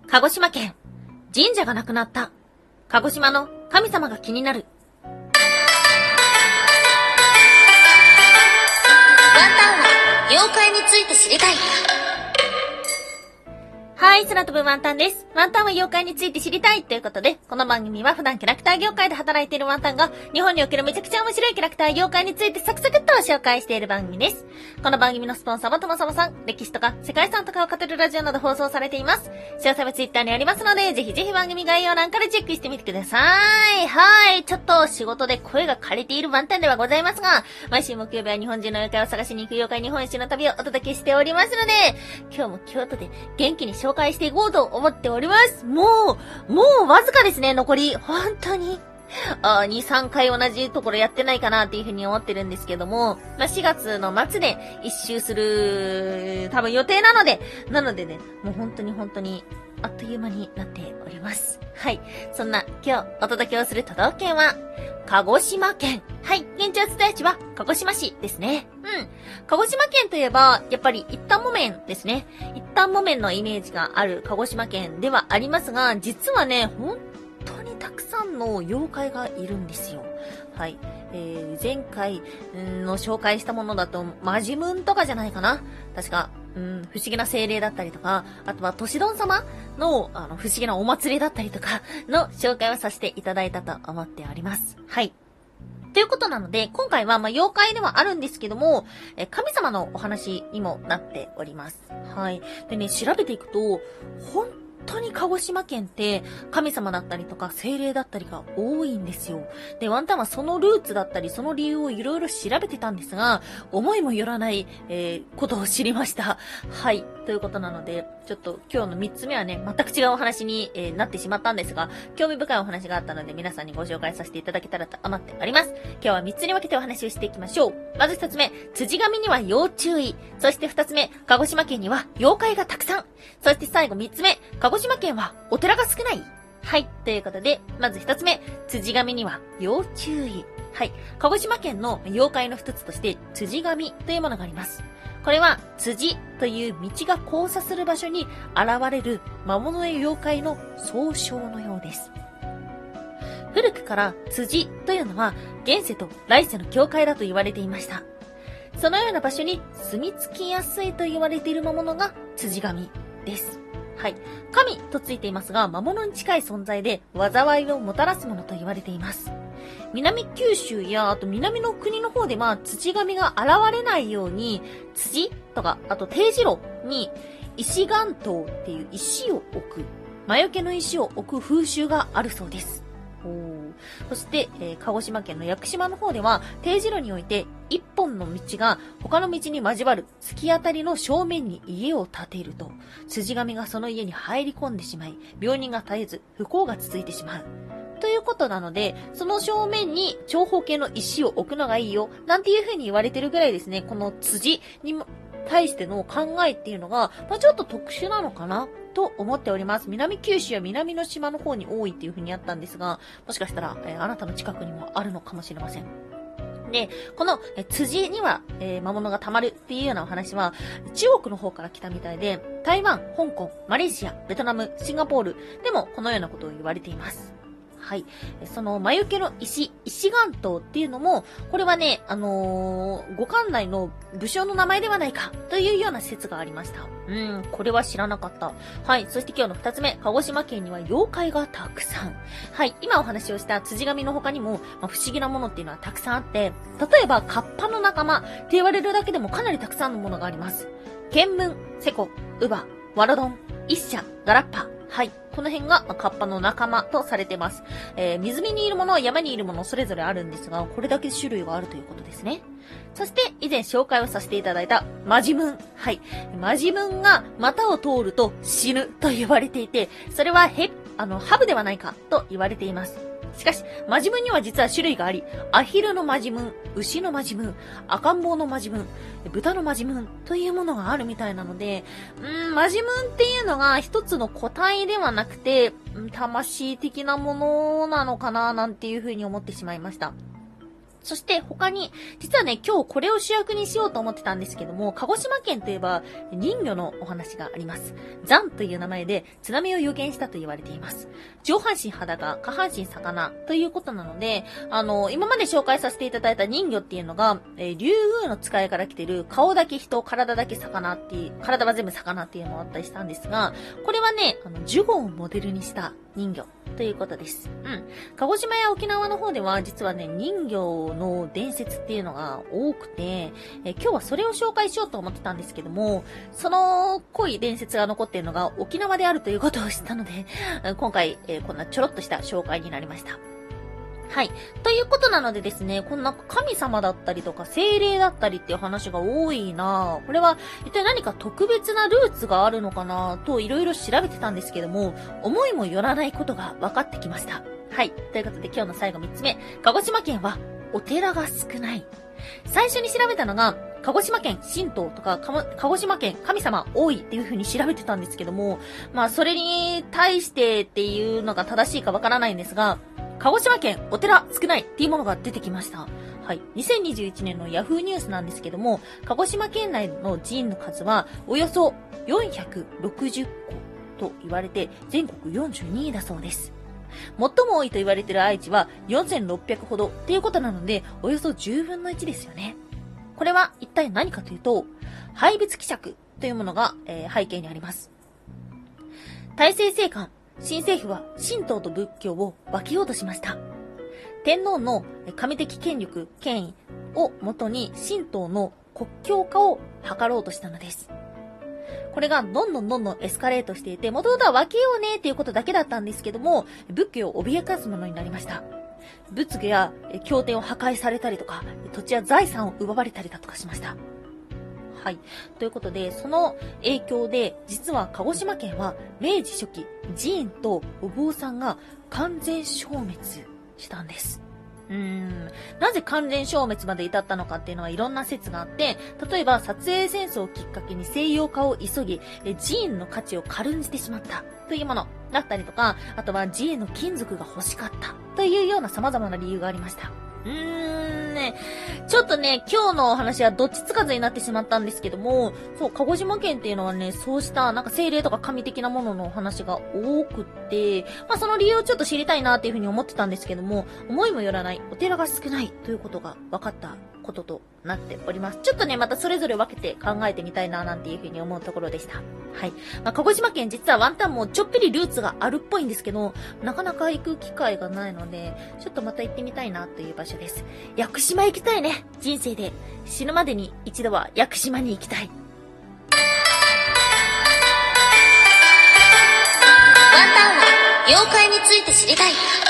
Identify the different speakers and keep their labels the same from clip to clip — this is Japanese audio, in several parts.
Speaker 1: 鹿児島県、神社がなくなった。鹿児島の神様が気になる。
Speaker 2: ワンタンは妖怪について知りたい。
Speaker 1: はい、空飛ぶワンタンです。ワンタンは妖怪について知りたいということで、この番組は普段キャラクター業界で働いているワンタンが、日本におけるめちゃくちゃ面白いキャラクター妖怪についてサクサクっと紹介している番組です。この番組のスポンサーはともさまさん、歴史とか世界遺産とかを語るラジオなど放送されています。詳細はツイッターにありますので、ぜひぜひ番組概要欄からチェックしてみてください。はい、ちょっと仕事で声が枯れているワンタンではございますが、毎週木曜日は日本人の妖怪を探しに行く妖怪日本一の旅をお届けしておりますので、今日も京都で元気に紹介していこうと思っております。もうわずかですね、残り。本当に。2、3回同じところやってないかなっていうふうに思ってるんですけども、4月の末で一周する、多分予定なのでね、もう本当に、あっという間になっております。はい。そんな今日お届けをする都道府県は、鹿児島県。はい。現地お伝え地は鹿児島市ですね。鹿児島県といえば、やっぱり一反木綿ですね。一反木綿のイメージがある鹿児島県ではありますが、実はね、本当にたくさんの妖怪がいるんですよ。はい。前回の紹介したものだと、マジムンとかじゃないかな。確か。不思議な精霊だったりとか、あとは都市丼様の、不思議なお祭りだったりとかの紹介をさせていただいたと思っております。はい。ということなので、今回は妖怪ではあるんですけども、神様のお話にもなっております。はい。でね、調べていくと、本当に鹿児島県って神様だったりとか精霊だったりが多いんですよ。で、ワンタンはそのルーツだったりその理由をいろいろ調べてたんですが、思いもよらない、ことを知りました。はい。ということなので、ちょっと今日の3つ目はね、全く違うお話に、なってしまったんですが、興味深いお話があったので皆さんにご紹介させていただけたらと思っております。今日は3つに分けてお話をしていきましょう。まず1つ目、辻神には要注意。そして2つ目、鹿児島県には妖怪がたくさん。そして最後3つ目、鹿児島県はお寺が少ない。はい。ということで、まず1つ目、辻神には要注意。はい。鹿児島県の妖怪の一つとして、辻神というものがあります。これは、辻という道が交差する場所に現れる魔物や妖怪の総称のようです。古くから辻というのは現世と来世の境界だと言われていました。そのような場所に住み着きやすいと言われている魔物が辻神です。はい。神とついていますが、魔物に近い存在で災いをもたらすものと言われています。南九州や、あと南の国の方では、辻神が現れないように、辻とか、あと定時路に、石岩頭っていう石を置く、魔除けの石を置く風習があるそうです。そして、鹿児島県の屋久島の方では、定時路において、一本の道が他の道に交わる突き当たりの正面に家を建てると、辻神がその家に入り込んでしまい、病人が絶えず不幸が続いてしまう。ということなので、その正面に長方形の石を置くのがいいよ、なんていう風に言われてるぐらいですね、この辻に対しての考えっていうのが、ちょっと特殊なのかなと思っております。南九州や南の島の方に多いっていう風にあったんですが、もしかしたら、あなたの近くにもあるのかもしれません。で、この辻には、魔物が溜まるっていうようなお話は、中国の方から来たみたいで、台湾、香港、マレーシア、ベトナム、シンガポールでもこのようなことを言われています。はい。その、魔除けの石岩頭っていうのも、これはね、五関内の武将の名前ではないか、というような説がありました。これは知らなかった。はい。そして今日の二つ目、鹿児島県には妖怪がたくさん。はい。今お話をした辻神の他にも、不思議なものっていうのはたくさんあって、例えば、カッパの仲間って言われるだけでもかなりたくさんのものがあります。ケンムン、セコ、ウバ、ワロドン、イッシャ、ガラッパ。はい。この辺がカッパの仲間とされています。水辺にいるもの、山にいるもの、それぞれあるんですが、これだけ種類があるということですね。そして、以前紹介をさせていただいたマジムン。はい。マジムンが股を通ると死ぬと言われていて、それはハブではないかと言われています。しかし、マジムンには実は種類があり、アヒルのマジムン、牛のマジムン、赤ん坊のマジムン、豚のマジムンというものがあるみたいなので、マジムンっていうのが一つの個体ではなくて、魂的なものなのかななんていうふうに思ってしまいました。 そして他に、実はね、今日これを主役にしようと思ってたんですけども、鹿児島県といえば人魚のお話があります。ザンという名前で津波を予言したと言われています。上半身裸、下半身魚ということなので、今まで紹介させていただいた人魚っていうのが、竜宮の使いから来てる顔だけ人、体だけ魚っていう、体は全部魚っていうのがあったりしたんですが、これはね、ジュゴンをモデルにした人魚ということです。鹿児島や沖縄の方では実はね、人魚の伝説っていうのが多くて、今日はそれを紹介しようと思ってたんですけども、その濃い伝説が残っているのが沖縄であるということを知ったので、今回、こんなちょろっとした紹介になりました。はい。ということなのでですね、こんな神様だったりとか精霊だったりっていう話が多いなぁ。これは一体何か特別なルーツがあるのかなといろいろ調べてたんですけども、思いもよらないことが分かってきました。はい。ということで今日の最後3つ目。鹿児島県はお寺が少ない。最初に調べたのが、鹿児島県神道とか、鹿児島県神様多いっていう風に調べてたんですけども、まあそれに対してっていうのが正しいかわからないんですが、鹿児島県お寺少ないっていうものが出てきました。はい。2021年のヤフーニュースなんですけども、鹿児島県内の寺院の数はおよそ460個と言われて全国42位だそうです。最も多いと言われている愛知は4600ほどっていうことなので、およそ10分の1ですよね。これは一体何かというと、廃仏毀釈というものが、背景にあります。大政政官、新政府は神道と仏教を分けようとしました。天皇の神的権力、権威をもとに神道の国教化を図ろうとしたのです。これがどんどんエスカレートしていて、元々は分けようねっていうことだけだったんですけども、仏教を脅かすものになりました。仏具や経典を破壊されたりとか、土地や財産を奪われたりだとかしました。はい。ということで、その影響で、実は鹿児島県は明治初期、寺院とお坊さんが完全消滅したんです。なぜ完全消滅まで至ったのかっていうのはいろんな説があって、例えば撮影戦争をきっかけに西洋化を急ぎ、寺院の価値を軽んじてしまったというものだったりとか、あとは寺院の金属が欲しかったというような様々な理由がありました。ちょっとね、今日のお話はどっちつかずになってしまったんですけども、そう、鹿児島県っていうのはね、そうしたなんか精霊とか神的なもののお話が多くって、まあその理由をちょっと知りたいなっていうふうに思ってたんですけども、思いもよらないお寺が少ないということが分かったこととなっております。ちょっとね、またそれぞれ分けて考えてみたいななんていうふうに思うところでした。はい。まあ、鹿児島県実はワンタンもちょっぴりルーツがあるっぽいんですけど、なかなか行く機会がないので、ちょっとまた行ってみたいなという場所です。屋久島行きたいね。人生で。死ぬまでに一度は屋久島に行きたい。
Speaker 2: ワンタンは妖怪について知りたい。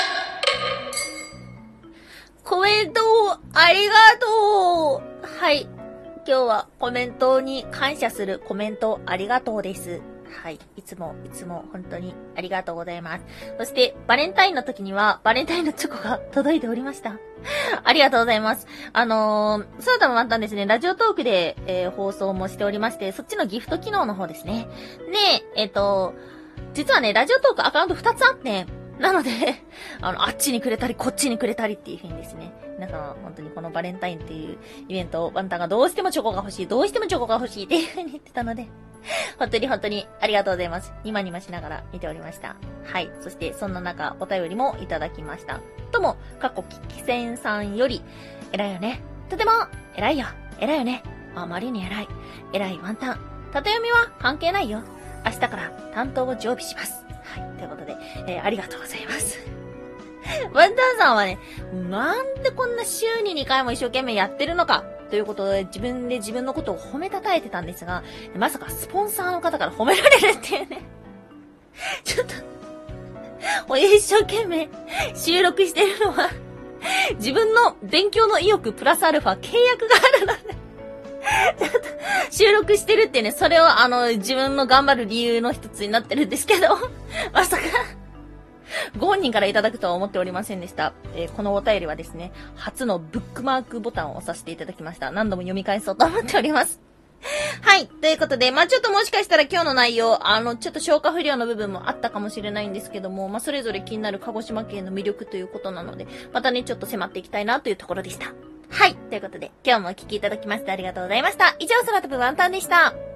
Speaker 1: コメントありがとう。はい。今日はコメントに感謝するコメントありがとうです。はい。いつも本当にありがとうございます。そして、バレンタインの時には、バレンタインのチョコが届いておりました。ありがとうございます。そうだもあったんですね。ラジオトークで、放送もしておりまして、そっちのギフト機能の方ですね。で、実はね、ラジオトークアカウント2つあって、なので、あっちにくれたり、こっちにくれたりっていう風にですね。皆さん本当にこのバレンタインっていうイベントをワンタンがどうしてもチョコが欲しいっていう風に言ってたので、本当にありがとうございます。ニマニマしながら見ておりました。はい。そしてそんな中、お便りもいただきました。とも、キキセンさんより、偉いよね。とても、偉いよ。偉いよね。あまりに偉い。偉いワンタン。縦読みは関係ないよ。明日から担当を常備します。はい。ということで、ありがとうございます。ワンタンさんはね、なんでこんな週に2回も一生懸命やってるのかということで自分のことを褒めたたえてたんですが、まさかスポンサーの方から褒められるっていうね。ちょっと、一生懸命収録してるのは、自分の勉強の意欲プラスアルファ契約があるので、ちょっと収録してるってね、それを自分の頑張る理由の一つになってるんですけど、まさか、ご本人からいただくとは思っておりませんでした。このお便りはですね、初のブックマークボタンを押させていただきました。何度も読み返そうと思っております。 はい。ということで、ちょっともしかしたら今日の内容、ちょっと消化不良の部分もあったかもしれないんですけども、それぞれ気になる鹿児島県の魅力ということなので、またね、ちょっと迫っていきたいなというところでした。はい。ということで、今日もお聞きいただきましてありがとうございました。以上、空飛ぶワンタンでした。